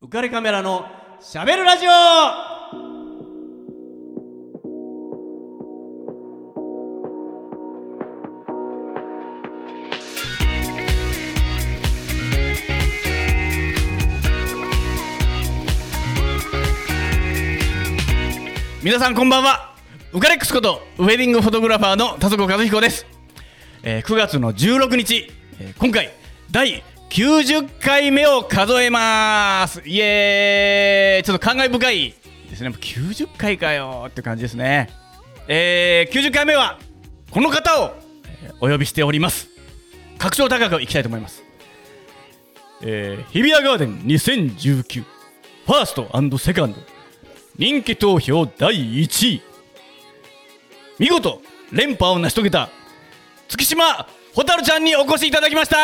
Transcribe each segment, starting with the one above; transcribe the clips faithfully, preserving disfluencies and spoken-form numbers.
浮かれカメラのしゃべるラジオ。皆さんこんばんは。ウカレックスことウェディングフォトグラファーの田底和彦です。えー、くがつのじゅうろくにち、えー、今回だいきゅうじゅっかいめを数えます。イエーイ。ちょっと感慨深いですね。きゅうじゅっかいかよって感じですね。えー、きゅうじゅっかいめはこの方を、えー、お呼びしております。格調高くいきたいと思います。えー、日比谷ガーデンにせんじゅうきゅうファースト&セカンド人気投票だいいちい、見事連覇を成し遂げた月島ほたるちゃんにお越しいただきました。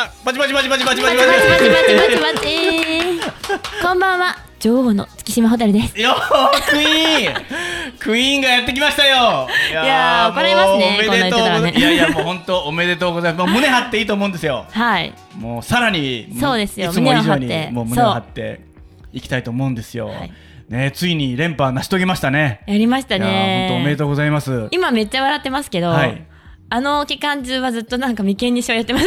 バチバチバチバチバチバチバチバチバチバチバチこんばんは、女王の月島ほたるです。 よー、クイーンクイーンがやってきましたよ。 いやー、怒られますね、こんな言ってたらね。 いやいや、もう本当おめでとうございます。もう胸張っていいと思うんですよ。 はい、 もうさらにそうですよ、 いつも以上に胸を張ってもう胸を張っていきたいと思うんですよ、はい、ね、ついに連覇成し遂げましたね。 やりましたね。 本当おめでとうございます。 今めっちゃ笑ってますけど、はい、あの期間中はずっとなんか眉間にしわ寄ってます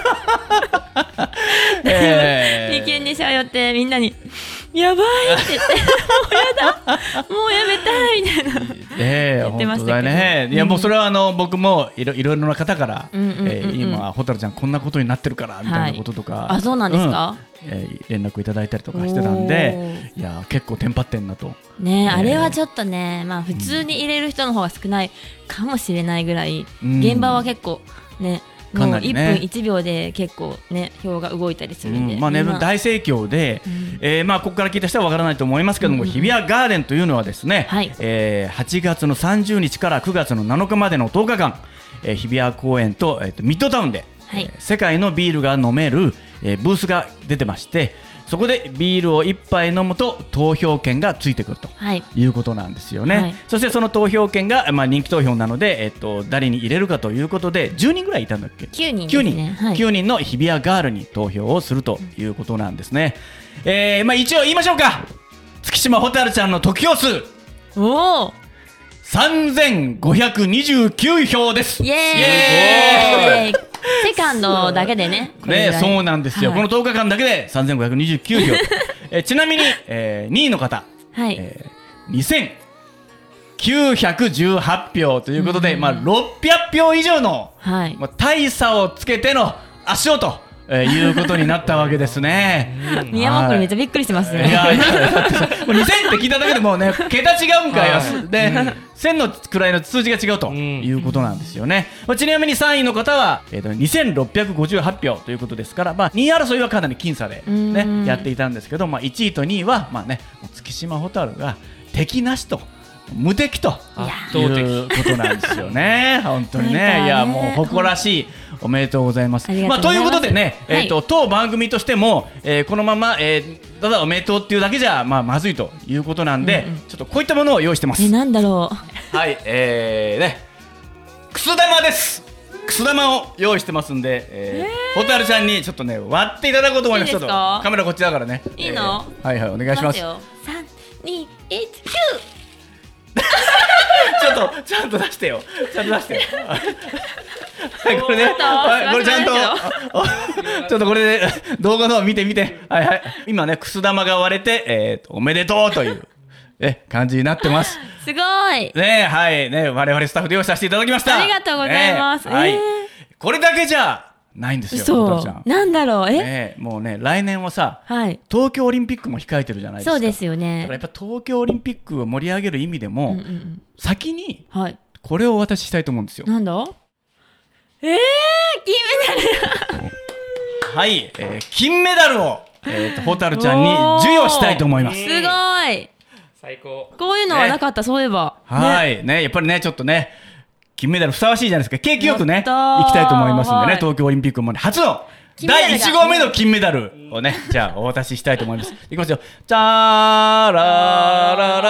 えー、眉間にしわ寄ってみんなにやばいって言ってもうやだもうやめたいみたいなえー、 言ってましたけど、 本当だね、うん、いやもうそれはあの僕もいろいろな方から、うんうんうんうん、えー、今ほたるちゃんこんなことになってるからみたいなこととか、はい、 あ、そうなんですか、 うん、えー、連絡いただいたりとかしてたんで、いや結構テンパってんなとね、えー、あれはちょっとね、まあ、普通に入れる人の方が少ないかもしれないぐらい、うん、現場は結構ね、もういっぷんいちびょうで結構ね票が動いたりするんで、 うん、まあね、大盛況で、うん、えー、まあここから聞いた人はわからないと思いますけども、うんうん、日比谷ガーデンというのはですね、はい、えー、はちがつのさんじゅうにちからくがつのなのかまでのとおかかん、えー、日比谷公園と、えー、とミッドタウンで、はい、えー、世界のビールが飲める、えー、ブースが出てまして、そこでビールをいっぱい飲むと投票権がついてくるということなんですよね、はい、そしてその投票権が、まあ、人気投票なので、えっと、誰に入れるかということでじゅうにんぐらいいたんだっけ。 きゅうにんですね。きゅうにん、はい、 きゅうにんの日比谷ガールに投票をするということなんですね、うん、えーまあ、一応言いましょうか。月島ほたるちゃんの得票数おーさんぜんごひゃくにじゅうきゅうひょうです。 イエーイ、イエーイセカンドだけでね。 ね、そうなんですよ、はい、このとおかかんだけでさんぜんごひゃくにじゅうきゅうひょうえちなみに、えー、にいの方、はい、えー、にせんきゅうひゃくじゅうはちひょうということで、うん、まあ、ろっぴゃくひょう以上の、はい、まあ、大差をつけての圧勝とえー、いうことになったわけですね。 宮本君めっちゃびっくりしてますね。 いやいやだってさもうにせんって聞いただけでもうね桁違うんかいはで、うん、せんのくらいの数字が違うということなんですよね、うん、ちなみにさんいの方は、えー、とにせんろっぴゃくごじゅうはちひょうということですから、まあ、にい争いはかなり僅差で、ね、やっていたんですけど、まあ、いちいとにいは、まあね、月島ほたるが敵なしと無敵ということなんですよね。本当にね、いやもう誇らしい、おめでとうございます。とまあ、ということでね、はい、えー、と当番組としても、えー、このまま、えー、ただおめでとうっていうだけじゃ、まあ、まずいということなんで、うんうん、ちょっとこういったものを用意してます。 え、なんだろう。はい、えー、ね、くす玉です。くす玉を用意してますんで、えー、ほたるちゃんにちょっとね割っていただこうと思います。いいですか？カメラこっちだからね。 いいの？ えー、はいはい、お願いします。 さん、に、いち、きゅうちょっとちゃんと出してよ。ちゃんと出してよ。はい、これね、はい、これちゃんとちょっとこれで動画の方見て見て、はいはい、今ねくす玉が割れて、えー、とおめでとうというえ感じになってます。 すごいね、はいね、我々スタッフで用意させていただきました。 ありがとうございます、 ね、はい、えー、これだけじゃないんですよ。 そうなんだろう、え、 ね、もうね来年はさ、 はい、 東京オリンピックも控えてるじゃないですか。 そうですよね。 だからやっぱ東京オリンピックを盛り上げる意味でも、うんうんうん、先にこれをお渡ししたいと思うんですよ。 なんだ？えー、金メダルはい、えー、金メダルを、えー、とほたるちゃんに授与したいと思います。 すごい最高。 こういうのはなかった、ね、そういえば、 ね、はいね、やっぱりねちょっとね金メダルふさわしいじゃないですか。景気よくね行きたいと思いますんでね、東京オリンピックも、ね、初のだいいちごうめの金メダルをね、じゃあお渡ししたいと思います。いきますよ。チャーララララ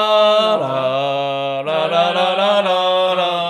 ラララララララ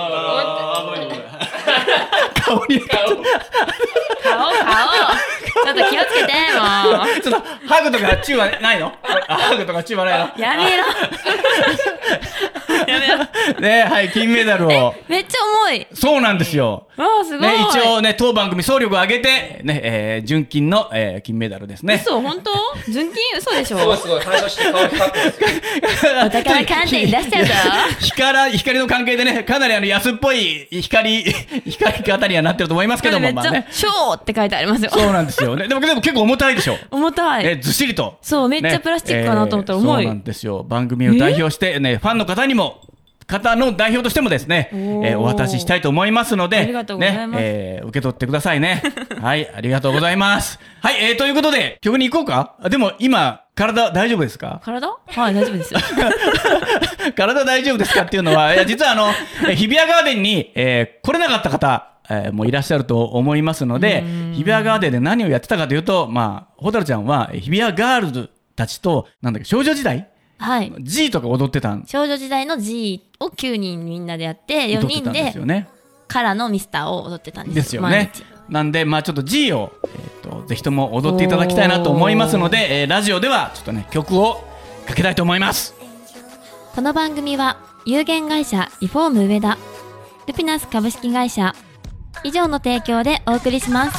顔に顔顔ょっと気をつけてもうちょっとハグとかチューはないの？ハグとかチューはないの？ やめろやめろね、はい、金メダルを。 めっちゃ重い。 そうなんですよ。 あーすごい、 ね、一応ね、当番組総力を挙げて、ね、えー、純金の、えー、金メダルですね。 嘘、本当？純金嘘でしょ。 すごいすごい、反射して顔光ってるんですよ。 お宝鑑定に出しちゃうぞ。 光、光の関係でね、かなりあの安っぽい光、光り方にはなってると思いますけども、 めっちゃ、 まあね。 ショーって書いてありますよ。 そうなんですよね。でも、でも結構重たいでしょ。 重たい。 え、ずっしりと。 そう、めっちゃプラスチックかなと思ったら重い。 えーそうなんですよ。番組を代表してね、ファンの方にも、方の代表としてもですね、えー、お渡ししたいと思いますので、 ありがとうございます、 ねえー、受け取ってくださいね。はい、ありがとうございます。はい、えー、ということで、曲に行こうか。でも今、体大丈夫ですか？ 体？はい、大丈夫ですよ。 体大丈夫ですかっていうのは、いや実はあの、えー、日比谷ガーデンに、えー、来れなかった方、えー、もういらっしゃると思いますので、日比谷ガーデンで何をやってたかというと、まあ、蛍ちゃんは日比谷ガールズたちと、なんだっけ、少女時代はい。 G とか踊ってたん少女時代の G をきゅうにんみんなでやって、よにん踊ってたんでですよね。 からのミスターを踊ってたんです。 ですよね。なんで、まあちょっと G を、えー、とぜひとも踊っていただきたいなと思いますので、えー、ラジオではちょっとね、曲をかけたいと思います。 この番組は有限会社リフォーム上田、ルピナス株式会社以上の提供でお送りします。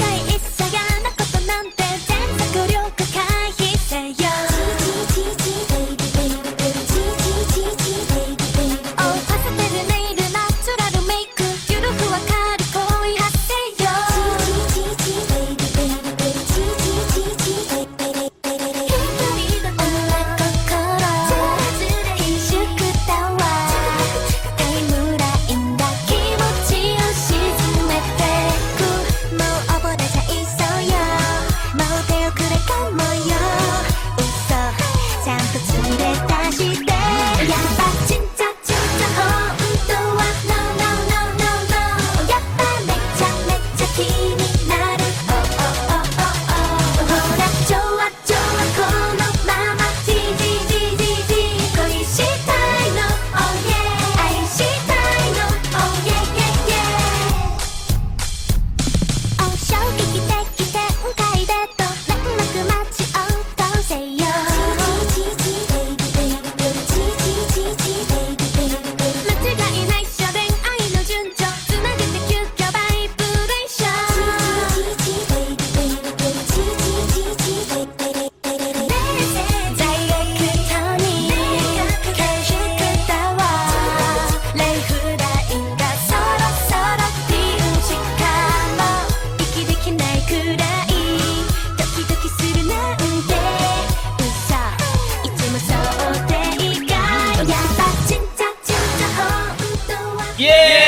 イ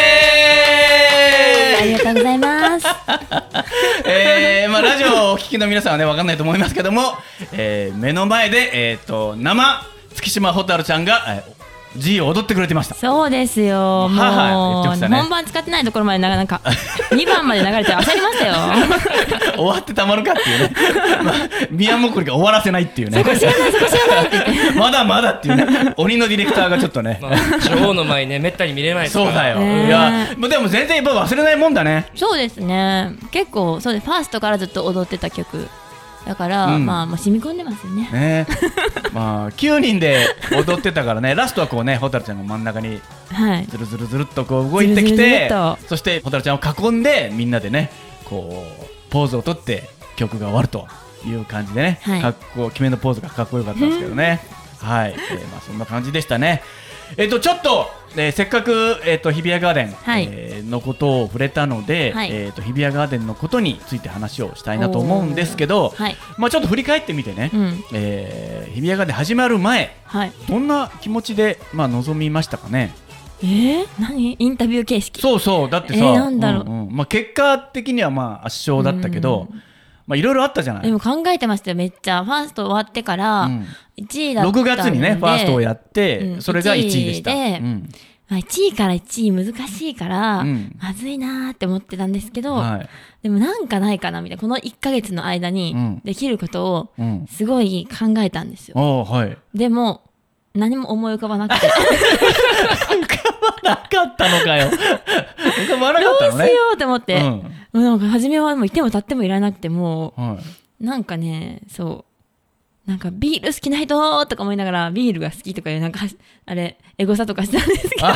エーイ。 ありがとうございます。 えーまあ、ラジオをお聞きの皆さんはね分かんないと思いますけども、えー、目の前で、えー、と生月島蛍ちゃんが、えー、G を踊ってくれてました。 そうですよ。もう、 はは言ってましたね、 本番使ってないところまでなかなかにばんまで流れて焦りましたよ。 終わってたまるかっていうね、まあ、宮もくりが終わらせないっていうね、 そこ知らないそこ知らないって言ってまだまだっていうね、鬼のディレクターがちょっとね、 まあ、女王の前にね、めったに見れないですから。 そうだよ、 ね、 いやでも全然やっぱ忘れないもんだね。 そうですね、結構そうです。ファーストからずっと踊ってた曲だから、うん、まあもう染み込んでますよね。 ねまあきゅうにんで踊ってたからね、ラストはこうね、蛍ちゃんが真ん中にずるずるずるっとこう動いてきて、ずるずるずるっとそして蛍ちゃんを囲んでみんなでね、こうポーズをとって曲が終わるという感じでね、はい、かっこ決めのポーズがかっこよかったんですけどね。はい、えー、まあそんな感じでしたね。えっとちょっと、えー、せっかく、えー、と日比谷ガーデン、はい、えー、のことを触れたので、はい、えー、と日比谷ガーデンのことについて話をしたいなと思うんですけど、はい、まあ、ちょっと振り返ってみてね、うん、えー、日比谷ガーデン始まる前、はい、どんな気持ちで、まあ、臨みましたかね。 えー、何インタビュー形式。 そうそう、だってさ、 えー、なんだろう、 うんうん、まあ、結果的にはまあ圧勝だったけど、まあ、いろいろあったじゃない。 でも考えてましたよ、めっちゃ。ファースト終わってからいちいだったんで、 ろくがつにねファーストをやって、うん、それがいちいでした。 で、うん、まあ、いちいからいちい難しいから、うん、まずいなーって思ってたんですけど、はい、でもなんかないかなみたいな、このいっかげつの間にできることをすごい考えたんですよ、 うん、はい、 でも何も思い浮かばなくて浮かばなかったのかよ。浮かばなかったのね。 どうしようと思って、うん、 もうなんか初めはもういても立ってもいらなくてもう、 はい、 なんかねそうなんかビール好きな人とか思いながらビールが好きとかいうなんかあれエゴサとかしたんですけど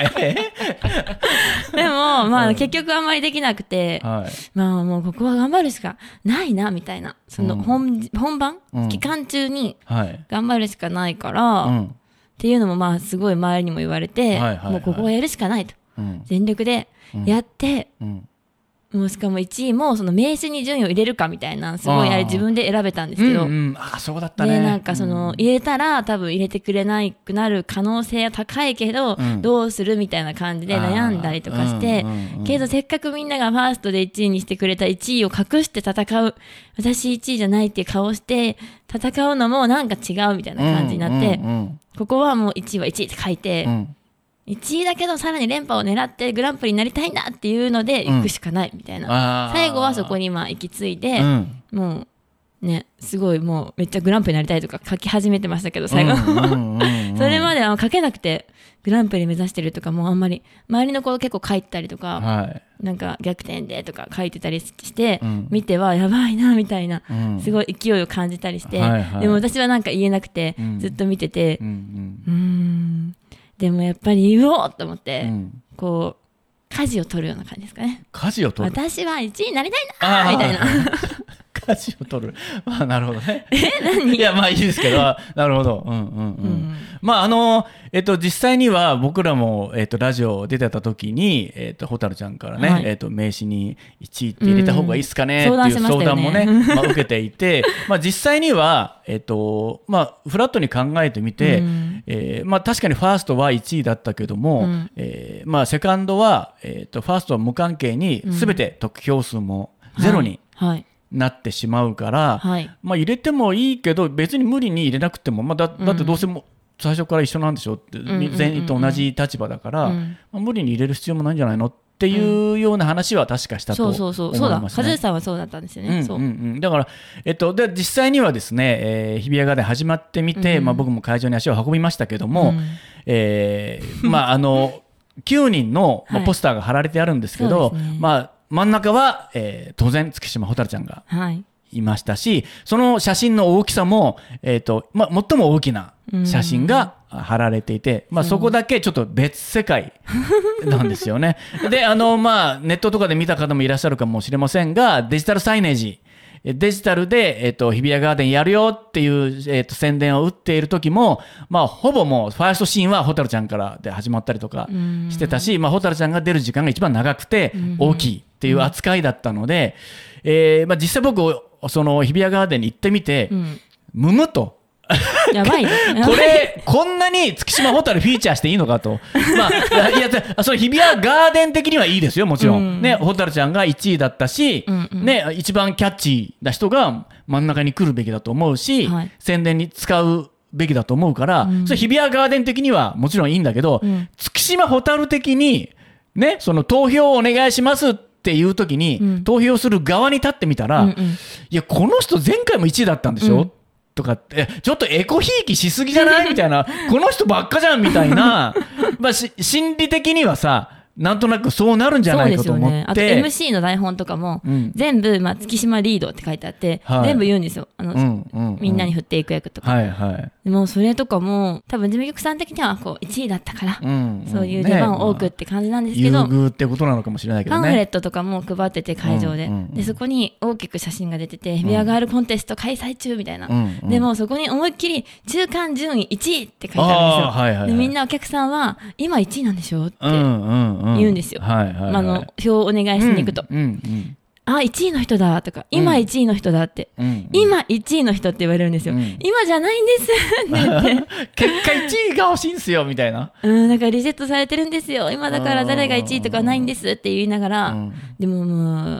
でもまあ、うん、結局あんまりできなくて、はい、まあもうここは頑張るしかないなみたいなその 本,、うん、本番、うん、期間中に頑張るしかないから、はい、っていうのもまあすごい周りにも言われて、はいはいはい、もうここはやるしかないと、うん、全力でやって、うんうんもうしかもいちいもその名刺に順位を入れるかみたいなすごいあれ自分で選べたんですけど、 うんうん、あそうだったね。 でなんかその入れたら多分入れてくれなくなる可能性は高いけど、うん、どうするみたいな感じで悩んだりとかして、うんうんうん、けどせっかくみんながファーストでいちいにしてくれたいちいを隠して戦う私いちいじゃないっていう顔して戦うのもなんか違うみたいな感じになって、うんうんうん、ここはもういちいはいちいって書いて、うんいちいだけどさらに連覇を狙ってグランプリになりたいんだっていうので行くしかないみたいな、うん、最後はそこにまあ行き着いて、うん、もうねすごいもうめっちゃグランプリになりたいとか書き始めてましたけど最後、うんうんうんうん、それまでは書けなくてグランプリ目指してるとかもうあんまり周りの子結構書いてたりとか、はい、なんか逆転でとか書いてたりして、うん、見てはやばいなみたいな、うん、すごい勢いを感じたりして、はいはい、でも私はなんか言えなくて、うん、ずっと見てて、うんうん、うーんでもやっぱり言おうと思って、うん、こう舵を取るような感じですかね。 舵を取る。 私はいちいになりたいなみたいな。 舵を取る。まあなるほどね。 え何？ いやまあいいですけど、なるほど。うんうんうん。うん、まああのえっと実際には僕らもえっとラジオ出てた時にえっと蛍ちゃんからね、はい、えっと名刺にいちいって入れた方がいいですかね、うん、っていう相談もね、まあ受けていて、まあ実際にはえっとまあフラットに考えてみて、うん、えー、まあ確かにファーストはいちいだったけども、うん、えー、まあセカンドはえっとファーストは無関係に全て得票数もゼロに、うん、はいはいなってしまうから、はい、まあ、入れてもいいけど別に無理に入れなくても、まあ、だ, だってどうせも最初から一緒なんでしょって、うん、全員と同じ立場だから、うんまあ、無理に入れる必要もないんじゃないのっていうような話は確かしたと思いますね。 そうそうそうそうだ和江さんはそうだったんですよね、 うんうんうん、だから、えっと、で実際にはですね、えー、日比谷ガーデン始まってみて、うんまあ、僕も会場に足を運びましたけども、うんえーまあ、あのきゅうにんの、まあ、ポスターが貼られてあるんですけど、はいねまあ真ん中は、えー、当然月島蛍ちゃんがいましたし、はい、その写真の大きさも、えーとま、最も大きな写真が貼られていて、まあ、そこだけちょっと別世界なんですよね。であの、まあ、ネットとかで見た方もいらっしゃるかもしれませんがデジタルサイネージデジタルで、えっと、日比谷ガーデンやるよっていう、えっと、宣伝を打っている時も、まあ、ほぼもうファーストシーンは蛍ちゃんからで始まったりとかしてたし、まあ、蛍ちゃんが出る時間が一番長くて大きいっていう扱いだったので、えーまあ、実際僕その日比谷ガーデンに行ってみて、うん、むむとやばいねこれこんなに月島蛍フィーチャーしていいのかと、まあ、いやその日比谷ガーデン的にはいいですよもちろん、うん、ね蛍ちゃんがいちいだったし、うんうんね、一番キャッチーな人が真ん中に来るべきだと思うし、はい、宣伝に使うべきだと思うから、うん、それ日比谷ガーデン的にはもちろんいいんだけど、うん、月島蛍的にねその投票をお願いしますっていう時に、うん、投票する側に立ってみたら、うんうん、いやこの人前回もいちいだったんでしょ、うんとかってちょっとエコひいきしすぎじゃないみたいなこの人ばっかじゃんみたいな、まあ、心理的にはさなんとなくそうなるんじゃないかと思って、ね、 あと エムシー の台本とかも、うん、全部、まあ、月島リードって書いてあって、はい、全部言うんですよあの、うんうんうん、みんなに振っていく役とか、はいはい、でもそれとかも多分事務局さん的にはこういちいだったから、うんうん、そういう出番多くって感じなんですけど、 ねまあ、優遇ってことなのかもしれないけどね。 パンフレットとかも配ってて会場で、うんうんうん、でそこに大きく写真が出てて、うん、日比谷ガールコンテスト開催中みたいな、うんうん、でもそこに思いっきり中間順位いちいって書いてあるんですよ、はいはいはい、でみんなお客さんは今いちいなんでしょって言うんですよ、うんうんうんはいはいはい、あの票をお願いしに行くと、うんうんうん、あいちいの人だとか今いちいの人だって、うん、今いちいの人って言われるんですよ、うん、今じゃないんですってって結果いちいが欲しいんすよみたいな、 うん、なんかリセットされてるんですよ今だから誰がいちいとかないんですって言いながら、うん、でももう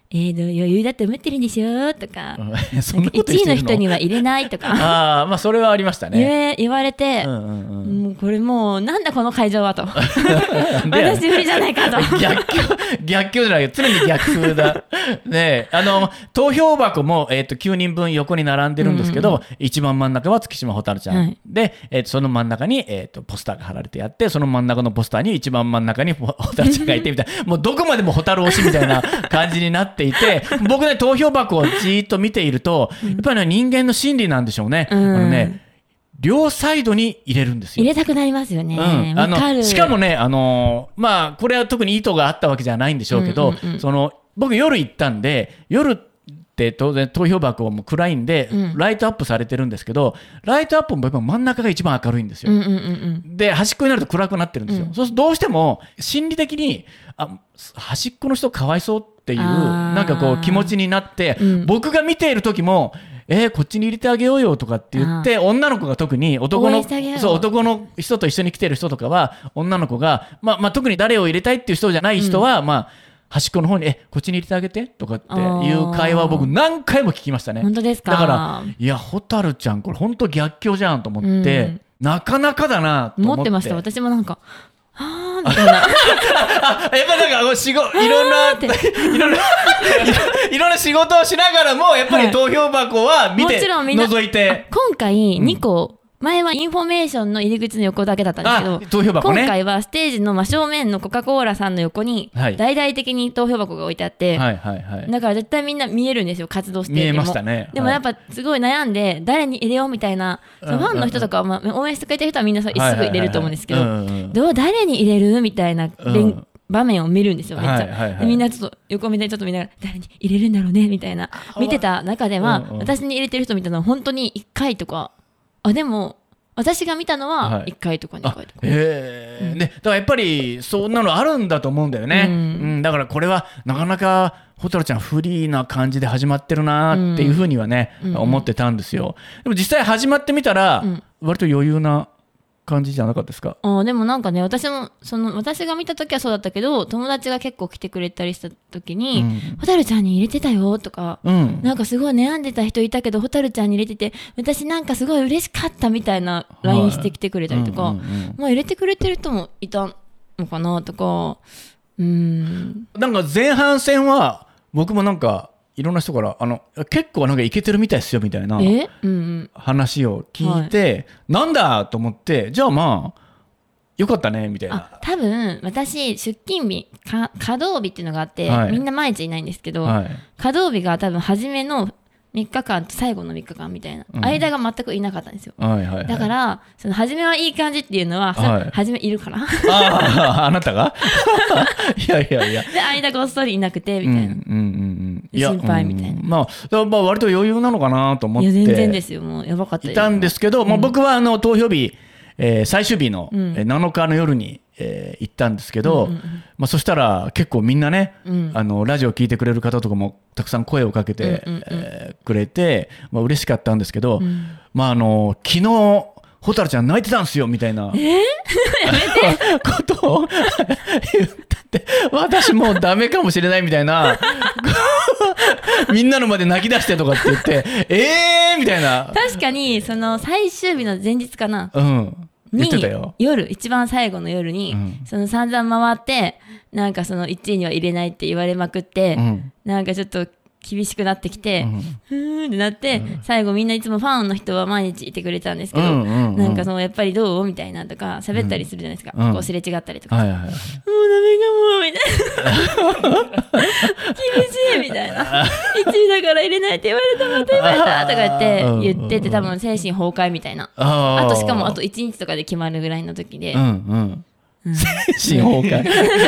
えー、余裕だって思ってるんでしょとか、 そんなこといちいの人には入れないとかああ、まあそれはありましたね。 言, 言われて、うんうんうん、もうこれもうなんだこの会場はと私無理じゃないかと逆境逆境じゃない常に逆風だね。あの投票箱も、えー、ときゅうにんぶん横に並んでるんですけど、うんうんうん、一番真ん中は月島蛍ちゃん、はい、で、えー、とその真ん中に、えー、とポスターが貼られてやって、その真ん中のポスターに一番真ん中に蛍ちゃんがいてみたいなもうどこまでも蛍推しみたいな感じになっていて僕ね投票箱をじーっと見ているとやっぱり、ね、人間の心理なんでしょうね、うん、あのね両サイドに入れるんですよ。 入れたくなりますよね、うん、 あのしかもね、あのー、まあこれは特に意図があったわけじゃないんでしょうけど、うんうんうん、その僕夜行ったんで夜って当然投票箱も暗いんで、うん、ライトアップされてるんですけどライトアップもやっぱ真ん中が一番明るいんですよ、うんうんうんうん、で端っこになると暗くなってるんですよ、うん、そうするとどうしても心理的にあ端っこの人かわいそうっていうなんかこう気持ちになって、うん、僕が見ている時もえー、こっちに入れてあげようよとかって言って女の子が特に男のそう男の人と一緒に来てる人とかは女の子が、まあまあ、特に誰を入れたいっていう人じゃない人は、うん、まあ端っこの方にえこっちに入れてあげてとかっていう会話を僕何回も聞きましたね。 本当ですか。 だからいや蛍ちゃんこれ本当逆境じゃんと思って、うん、なかなかだなと思って思ってました。私もなんかはーみたいなやっぱなんか仕事いろんないろんないろんな仕事をしながらもやっぱり投票箱は見て、はい、もちろんみんな覗いて今回にこ、うん前はインフォメーションの入り口の横だけだったんですけど、 投票箱ね、 今回はステージの真正面のコカ・コーラさんの横に大々的に投票箱が置いてあって、はいはいはいはい、だから絶対みんな見えるんですよ活動していても。 見えましたね。 でもやっぱすごい悩んで誰に入れようみたいな、そのファンの人とかは、まあ、応援してくれてる人はみんなすぐ入れると思うんですけど、どう誰に入れるみたいな、うん場面を見るんですよめっちゃ、はいはいはい、みんなちょっと横目でちょっと見ながら誰に入れるんだろうねみたいな見てた中では、うんうん、私に入れてる人見たのは本当にいっかいとかあでも私が見たのはいっかいとかにかいとか、はい、 へー、うん、でだからやっぱりそんなのあるんだと思うんだよね、うんうん、だからこれはなかなか蛍ちゃんフリーな感じで始まってるなっていうふうにはね、うん、思ってたんですよ。でも実際始まってみたら、うん、割と余裕な感じじゃなかったですか。 あでもなんかね私もその私が見た時はそうだったけど友達が結構来てくれたりした時に、うん、蛍ちゃんに入れてたよとか、うん、なんかすごい悩んでた人いたけど蛍ちゃんに入れてて私なんかすごい嬉しかったみたいな ライン してきてくれたりとか、はいうんうんうん、まあ入れてくれてる人もいたのかなとかうーんなんか前半戦は僕もなんかいろんな人からあの結構なんかイケてるみたいですよみたいな話を聞いて、はい、なんだと思ってじゃあまあよかったねみたいな。 あ多分私出勤日か稼働日っていうのがあって、はい、みんな毎日いないんですけど、はい、稼働日が多分初めのみっかかんと最後のみっかかんみたいな、うん、間が全くいなかったんですよ、はいはいはい、だからその初めはいい感じっていうのは、はい、初めいるからああなたがいやいやいやで間ごっそりいなくてみたいな、うんうんうんうん、心配みたいな、 うん、まあ、まあ割と余裕なのかなと思っていや全然ですよもうやばかったいたんですけど、うんまあ、僕はあの投票日、えー、最終日のなのかの夜に、えー、行ったんですけど、うんうんうんまあ、そしたら結構みんなね、うん、あのラジオ聞いてくれる方とかもたくさん声をかけて、うんうんうんえー、くれて、まあ、嬉しかったんですけど、うんまあ、あの昨日蛍ちゃん泣いてたんすよみたいな、 えー、やめてことを言って私もうダメかもしれないみたいなみんなの前で泣き出してとかって言ってえーみたいな。 確かにその最終日の前日かな、 うん言ってたよ夜一番最後の夜に、うん、その散々回ってなんかそのいちいには入れないって言われまくって、うん、なんかちょっと厳しくなってきて、うん、ふーんってなって、うん、最後みんないつもファンの人は毎日いてくれたんですけど、うんうんうん、なんかそのやっぱりどうみたいなとか喋ったりするじゃないですか、うん、こうすれ違ったりとか、うんはいはい、もうダメかもみたいな厳しいみたいないちいだから入れないって言われたまた言われたとか言って言ってて多分精神崩壊みたいなあとしかもあといちにちとかで決まるぐらいの時で、うんうんうん、精神崩壊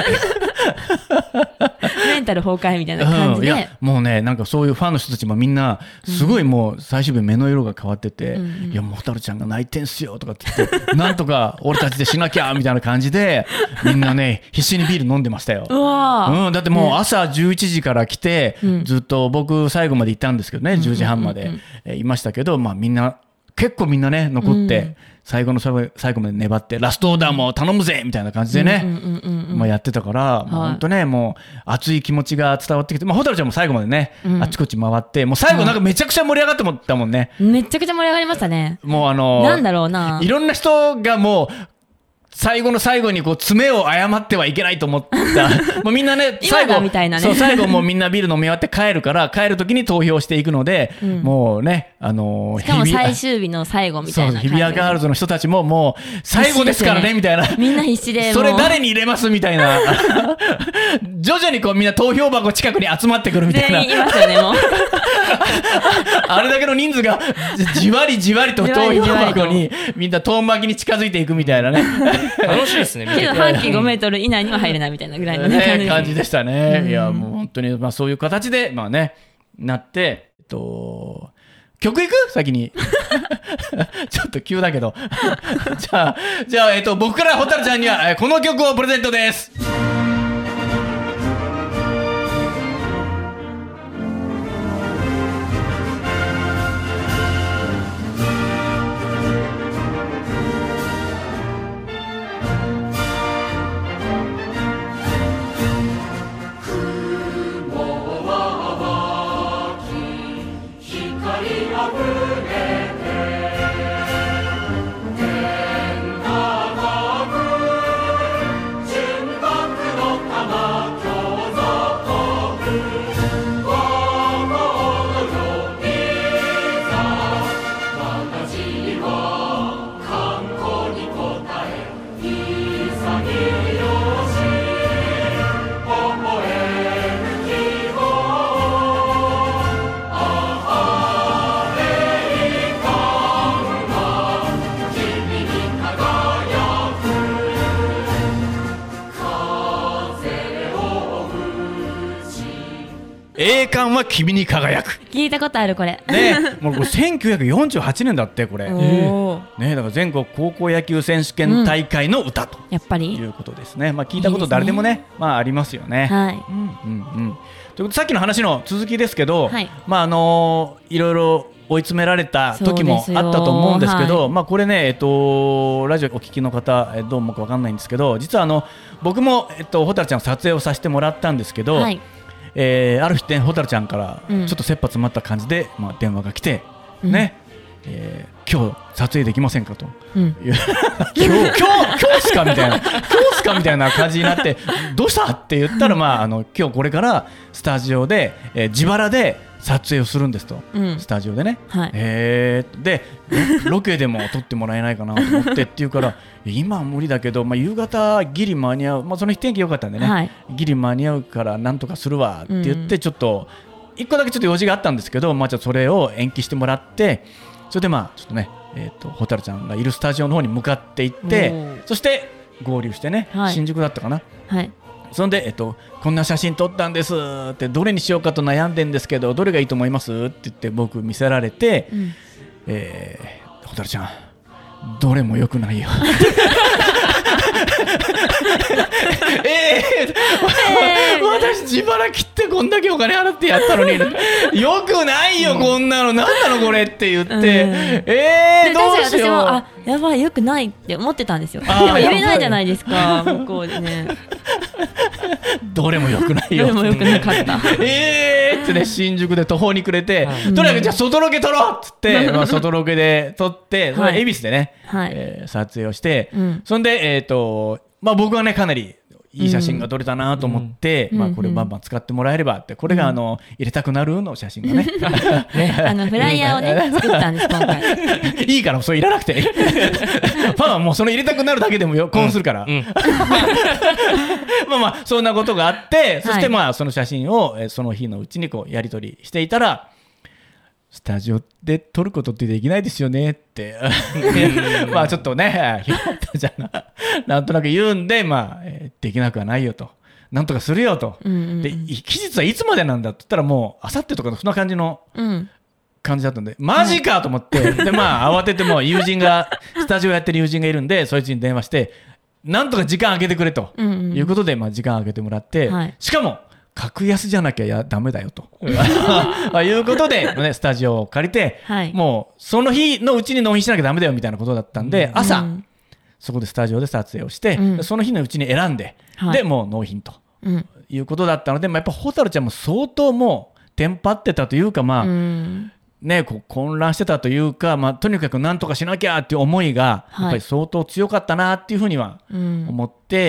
メンタル崩壊みたいな感じで、うん、いやもうねなんかそういうファンの人たちもみんなすごいもう最終日目の色が変わってて、うん、いやもう蛍ちゃんが泣いてんすよとかって言ってなんとか俺たちでしなきゃみたいな感じでみんなね必死にビール飲んでましたようわ、うん、だってもう朝じゅういちじから来て、うん、ずっと僕最後までいたんですけどねじゅうじはんまで、うんうんうん、いましたけど、まあ、みんな結構みんなね残って、うん、最後の最後、最後まで粘ってラストオーダーも頼むぜみたいな感じでねやってたから、はい、本当ねもう熱い気持ちが伝わってきて、まあ、蛍ちゃんも最後までね、うん、あっちこっち回ってもう最後なんかめちゃくちゃ盛り上がってもったもんね、 はい、めちゃくちゃ盛り上がりましたね。 もうあのー、 なんだろうないろんな人がもう最後の最後にこう爪を誤ってはいけないと思ったもうみんなね最後みたいなね、 そう最後もうみんなビール飲み終わって帰るから帰る時に投票していくので、うん、もうねあのー、 しかも最終日の最後みたいな感じで、 そう日比谷ガールズの人たちももう最後ですからねみたいな、 みんな必死でそれ誰に入れますみたいな徐々にこうみんな投票箱近くに集まってくるみたいな、 全員いますよねもうあれだけの人数がじわりじわりと投票箱にみんな遠巻きに近づいていくみたいなね楽しいですね。 けど半径ごメートル以内には入れないみたいなぐらいの、ねね、感じでしたね、うん、いやもう本当に、まあ、そういう形でまあねなって、えっと、曲いく先にちょっと急だけどじゃあじゃあ、えっと、僕から蛍ちゃんにはこの曲をプレゼントです。栄冠は君に輝く。 聞いたことあるこれね、もうこれせんきゅうひゃくよんじゅうはちねんだってこれ、ね、だから全国高校野球選手権大会の歌と、うん、 やっぱりいうことですね。まあ、聞いたこと誰でもね、いいですね、まあ、ありますよね、 はい、 うんうんうん、ということでさっきの話の続きですけど、 はい、 まああのー、いろいろ追い詰められた時もあったと思うんですけど、はい、まあ、これね、えっと、ラジオお聞きの方どう思うか分かんないんですけど、実はあの僕も、えっと、蛍ちゃんの撮影をさせてもらったんですけど、はい、えー、ある日ね蛍ちゃんからちょっと切羽詰まった感じで、うん、まあ、電話が来て、うん、ね、えー、今日撮影できませんかと、うん、今日今日今日すかみたいな今日すかみたいな感じになってどうしたって言ったら、まあ、あの今日これからスタジオで、えー、自腹で撮影をするんですと、うん、スタジオでね、 はい、 えー、でロケでも撮ってもらえないかなと思ってって言うから今は無理だけど、まあ、夕方ギリ間に合う、まあ、その日天気良かったんでね、はい、ギリ間に合うからなんとかするわって言って、うん、ちょっといっこだけちょっと用事があったんですけど、まあ、ちょっとそれを延期してもらって、それでまあちょっとね、えーと、蛍ちゃんがいるスタジオの方に向かっていって、そして合流してね、はい、新宿だったかな、 はい、 そんで、えっと、こんな写真撮ったんですって、どれにしようかと悩んでんですけどどれがいいと思いますって言って僕見せられて、うん、えー、蛍ちゃんどれも良くないよえー、えー、私自腹切ってこんだけお金払ってやったのによくないよ、うん、こんなのなんなのこれって言って、うん、えー、どうしよう。 私もあやばいよくないって思ってたんですよ。でも言えないじゃないですか向こうでねどれも良くないよどれも良くなかったえーってね、新宿で途方に暮れて、はい、とにかくじゃあ外ロケ撮ろうっつって、まあ、外ロケで撮ってそれ恵比寿でね、はい、えー、撮影をして、うん、そんで、えーとまあ、僕はねかなりいい写真が撮れたなと思って、うん、まあ、これバンバン使ってもらえればって、これがあの、うん、入れたくなるの写真がねあのフライヤーをね作ったんです今回いいからそれいらなくてファンはもうその入れたくなるだけでも興奮するから、うんうん、まあまあそんなことがあって、そしてまあその写真をその日のうちにこうやり取りしていたら、スタジオで撮ることってできないですよねってまあちょっとねひろたちゃんがなんとなく言うんで、まあ、えー、できなくはないよと、なんとかするよと、うんうんうん、で期日はいつまでなんだって言ったらもうあさってとかのそんな感じの感じだったんで、うん、マジかと思って、うん、でまあ慌ててもう友人がスタジオやってる友人がいるんでそいつに電話してなんとか時間空けてくれということで、まあ、時間空けてもらって、はい、しかも格安じゃなきゃやダメだよということで、ね、スタジオを借りて、はい、もうその日のうちに納品しなきゃダメだよみたいなことだったんで、うん、朝、うん、そこでスタジオで撮影をして、うん、その日のうちに選んで、はい、でもう納品と、うん、いうことだったので、まあ、やっぱ蛍ちゃんも相当もうテンパってたというか、まあうんね、こう混乱してたというか、まあ、とにかくなんとかしなきゃっていう思いがやっぱり相当強かったなっていうふうには思って、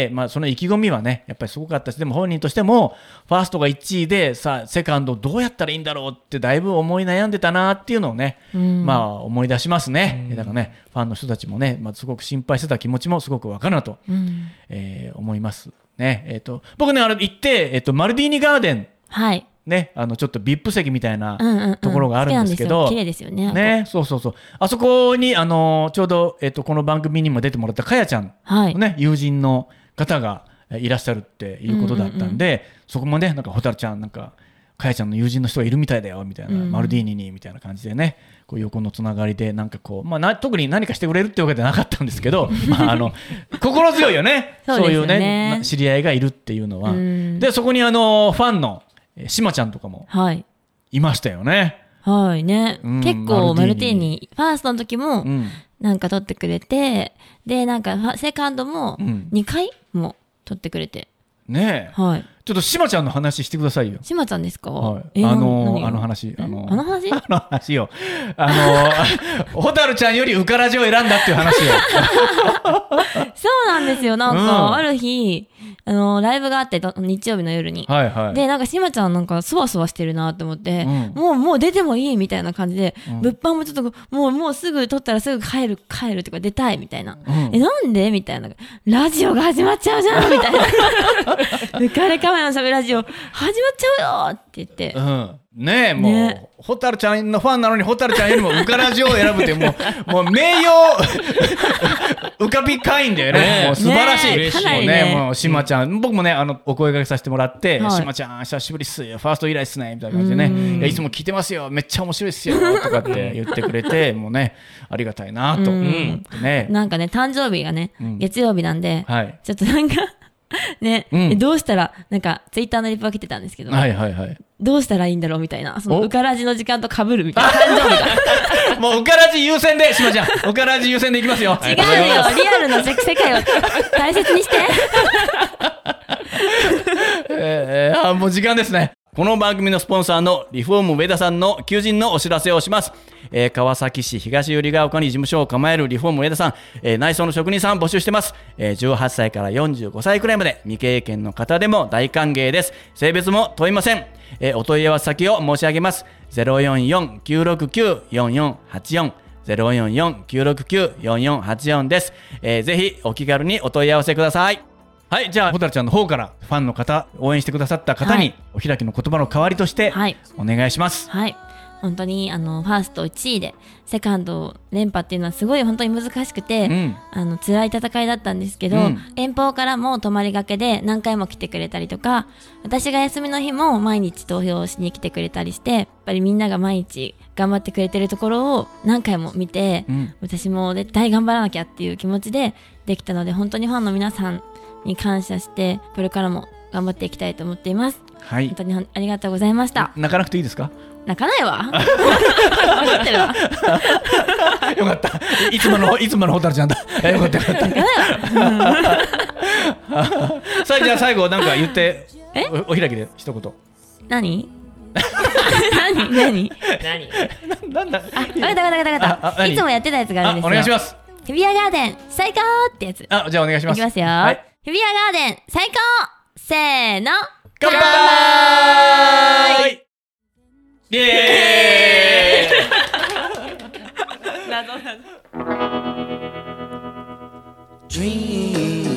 うんまあ、その意気込みはねやっぱりすごかったし、でも本人としてもファーストがいちいでさあセカンドどうやったらいいんだろうってだいぶ思い悩んでたなっていうのをね、うんまあ、思い出しますね、うん、だからねファンの人たちもね、まあ、すごく心配してた気持ちもすごく分かるなと、うんえー、思いますね。えー、と僕ねあれ行って、えー、とマルディーニガーデン、はいね、あのちょっと ブイアイピー 席みたいなところがあるんですけど、 綺麗ですよね。 ね、そうそうそう。あそこにあのちょうど、えっと、この番組にも出てもらったかやちゃんのね、はい、友人の方がいらっしゃるっていうことだったんで、うんうんうん、そこもねなんか蛍ちゃんなんかかやちゃんの友人の人がいるみたいだよみたいな、うん、マルディーニにみたいな感じでねこう横のつながりでなんかこう、まあ、な特に何かしてくれるってわけじゃなかったんですけどまああの心強いよねそういうね知り合いがいるっていうのは、うん、でそこにあのファンのしまちゃんとかもいましたよね。 はい、はいね、うん、結構マルティーニファーストの時もなんか撮ってくれて、うん、でなんかセカンドもにかいも撮ってくれて、 ねえ、はい、ちょっとしまちゃんの話してくださいよ。 しまちゃんですか、 はい、えー、あのー、あの話あのー、あの話あの話よあのー、蛍ちゃんよりウカラジを選んだっていう話よそうなんですよ。なんか、うん、ある日あのー、ライブがあって日曜日の夜に、はいはい、でなんかしまちゃんなんかそわそわしてるなと思って、うん、もうもう出てもいいみたいな感じで、うん、物販もちょっともうもうすぐ撮ったらすぐ帰る帰るとか出たいみたいな、うん、えなんでみたいな、ラジオが始まっちゃうじゃんみたいな浮かれカメラのしゃべラジオ始まっちゃうよって言って、うんねえもう、ね、蛍ちゃんのファンなのに蛍ちゃんよりもウカラジを選ぶってもうもう名誉ウカピ会員だよね、ねもう素晴らしい、ね、 かなりね、もうもうしまちゃん、うん、僕もねあのお声掛けさせてもらって、はい、しまちゃん久しぶりっすよファースト以来っすねみたいな感じでね、いやいつも聞いてますよめっちゃ面白いっすよとかって言ってくれてもうねありがたいなと思ってね、 なんかね誕生日がね、うん、月曜日なんで、はい、ちょっとなんかね、うん、どうしたらなんかツイッターのリプが来てたんですけど、はいはいはい、どうしたらいいんだろうみたいな、そのウカラジの時間と被るみたいな誕生日がもうウカラジ優先でしまちゃんウカラジ優先でいきますよ。 違うよリアルな世界を大切にしてえー、あもう時間ですね。この番組のスポンサーのリフォーム上田さんの求人のお知らせをします。えー、川崎市東百合ヶ丘に事務所を構えるリフォーム上田さん、えー、内装の職人さん募集してます。えー、じゅうはっさいからよんじゅうごさいくらいまで未経験の方でも大歓迎です。性別も問いません。えー、お問い合わせ先を申し上げます。ゼロよんよん きゅうろくきゅう よんよんはちよん ゼロよんよん きゅうろくきゅう よんよんはちよんです。えー、ぜひお気軽にお問い合わせください。はい、じゃあ蛍ちゃんの方からファンの方応援してくださった方に、はい、お開きの言葉の代わりとしてお願いします。 はい、はい本当にあのファーストいちいでセカンド連覇っていうのはすごい本当に難しくて、うん、あの辛い戦いだったんですけど、うん、遠方からも泊まりがけで何回も来てくれたりとか、私が休みの日も毎日投票しに来てくれたりして、やっぱりみんなが毎日頑張ってくれてるところを何回も見て、うん、私も絶対頑張らなきゃっていう気持ちでできたので、本当にファンの皆さんに感謝してこれからも頑張っていきたいと思っています。はい、本当にありがとうございました。 泣かなくていいですか？ 泣かないわ分かってるわよかった、いつものいつもの蛍ちゃんだよかったよかった泣かないわさあじゃあ最後なんか言ってお, お開きで一言。 何何何何なんだ。 あ、分かった分かった分かった。いつもやってたやつがあるんですよ。 お願いします。 日比谷ガーデン最高ってやつ。 あ、じゃあお願いします。 いきますよ、はい、日比谷ガーデン最高せーの乾杯。イエーイ。謎謎。